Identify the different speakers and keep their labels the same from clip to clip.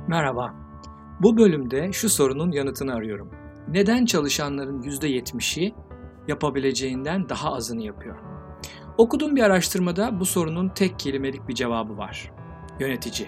Speaker 1: Merhaba. Bu bölümde şu sorunun yanıtını arıyorum. Neden çalışanların %70'i yapabileceğinden daha azını yapıyor? Okuduğum bir araştırmada bu sorunun tek kelimelik bir cevabı var. Yönetici.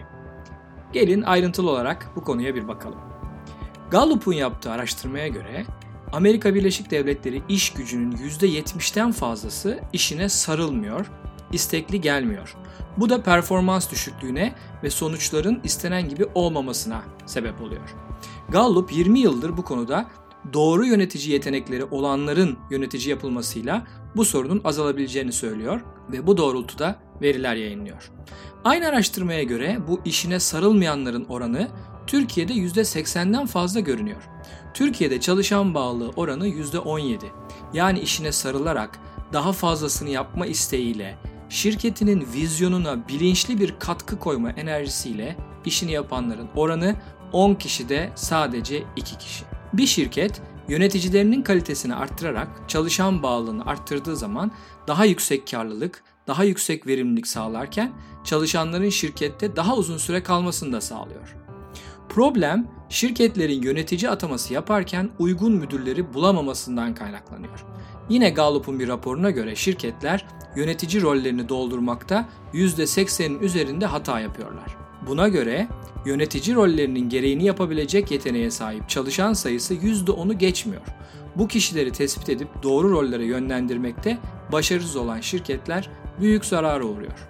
Speaker 1: Gelin ayrıntılı olarak bu konuya bir bakalım. Gallup'un yaptığı araştırmaya göre Amerika Birleşik Devletleri iş gücünün %70'ten fazlası işine sarılmıyor, istekli gelmiyor. Bu da performans düşüklüğüne ve sonuçların istenen gibi olmamasına sebep oluyor. Gallup 20 yıldır bu konuda doğru yönetici yetenekleri olanların yönetici yapılmasıyla bu sorunun azalabileceğini söylüyor ve bu doğrultuda veriler yayınlıyor. Aynı araştırmaya göre bu işine sarılmayanların oranı Türkiye'de %80'den fazla görünüyor. Türkiye'de çalışan bağlılığı oranı %17. Yani işine sarılarak daha fazlasını yapma isteğiyle, şirketinin vizyonuna bilinçli bir katkı koyma enerjisiyle işini yapanların oranı 10 kişide sadece 2 kişi. Bir şirket yöneticilerinin kalitesini arttırarak çalışan bağlılığını arttırdığı zaman daha yüksek karlılık, daha yüksek verimlilik sağlarken çalışanların şirkette daha uzun süre kalmasını da sağlıyor. Problem, şirketlerin yönetici ataması yaparken uygun müdürleri bulamamasından kaynaklanıyor. Yine Gallup'un bir raporuna göre şirketler yönetici rollerini doldurmakta %80'in üzerinde hata yapıyorlar. Buna göre yönetici rollerinin gereğini yapabilecek yeteneğe sahip çalışan sayısı %10'u geçmiyor. Bu kişileri tespit edip doğru rollere yönlendirmekte başarısız olan şirketler büyük zarara uğruyor.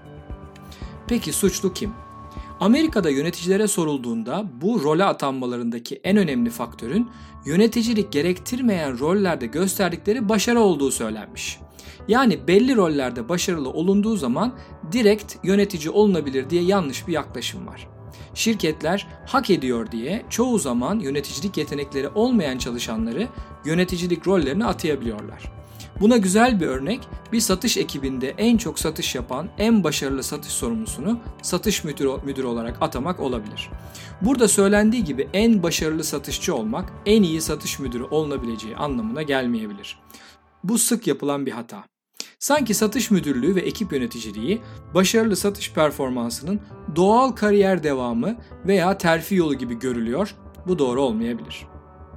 Speaker 1: Peki suçlu kim? Amerika'da yöneticilere sorulduğunda bu role atanmalarındaki en önemli faktörün yöneticilik gerektirmeyen rollerde gösterdikleri başarı olduğu söylenmiş. Yani belli rollerde başarılı olunduğu zaman direkt yönetici olunabilir diye yanlış bir yaklaşım var. Şirketler hak ediyor diye çoğu zaman yöneticilik yetenekleri olmayan çalışanları yöneticilik rollerine atayabiliyorlar. Buna güzel bir örnek bir satış ekibinde en çok satış yapan en başarılı satış sorumlusunu satış müdürü olarak atamak olabilir. Burada söylendiği gibi en başarılı satışçı olmak en iyi satış müdürü olunabileceği anlamına gelmeyebilir. Bu sık yapılan bir hata. Sanki satış müdürlüğü ve ekip yöneticiliği başarılı satış performansının doğal kariyer devamı veya terfi yolu gibi görülüyor. Bu doğru olmayabilir.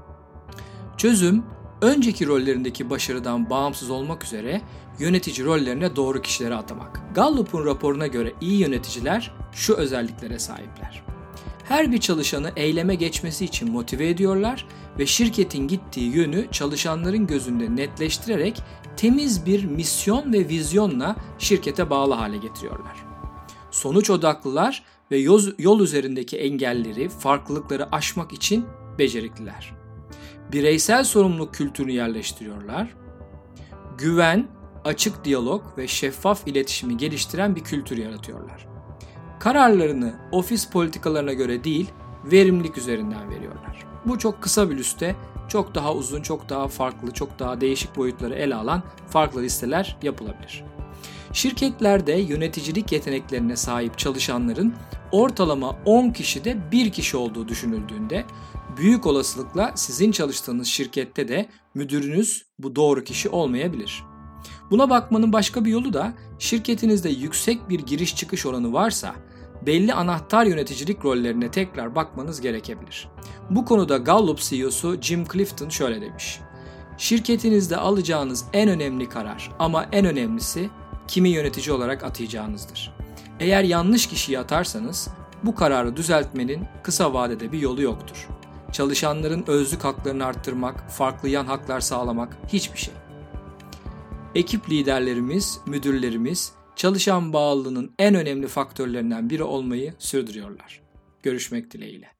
Speaker 1: Çözüm, önceki rollerindeki başarıdan bağımsız olmak üzere yönetici rollerine doğru kişileri atamak. Gallup'un raporuna göre iyi yöneticiler şu özelliklere sahipler. Her bir çalışanı eyleme geçmesi için motive ediyorlar ve şirketin gittiği yönü çalışanların gözünde netleştirerek temiz bir misyon ve vizyonla şirkete bağlı hale getiriyorlar. Sonuç odaklılar ve yol üzerindeki engelleri, farklılıkları aşmak için becerikliler. Bireysel sorumluluk kültürünü yerleştiriyorlar. Güven, açık diyalog ve şeffaf iletişimi geliştiren bir kültür yaratıyorlar. Kararlarını ofis politikalarına göre değil, verimlilik üzerinden veriyorlar. Bu çok kısa bir liste, çok daha uzun, çok daha farklı, çok daha değişik boyutları ele alan farklı listeler yapılabilir. Şirketlerde yöneticilik yeteneklerine sahip çalışanların ortalama 10 kişide 1 kişi olduğu düşünüldüğünde büyük olasılıkla sizin çalıştığınız şirkette de müdürünüz bu doğru kişi olmayabilir. Buna bakmanın başka bir yolu da şirketinizde yüksek bir giriş çıkış oranı varsa belli anahtar yöneticilik rollerine tekrar bakmanız gerekebilir. Bu konuda Gallup CEO'su Jim Clifton şöyle demiş. Şirketinizde alacağınız en önemli karar ama en önemlisi kimi yönetici olarak atayacağınızdır. Eğer yanlış kişiyi atarsanız bu kararı düzeltmenin kısa vadede bir yolu yoktur. Çalışanların özlük haklarını arttırmak, farklı yan haklar sağlamak hiçbir şey. Ekip liderlerimiz, müdürlerimiz çalışan bağlılığının en önemli faktörlerinden biri olmayı sürdürüyorlar. Görüşmek dileğiyle.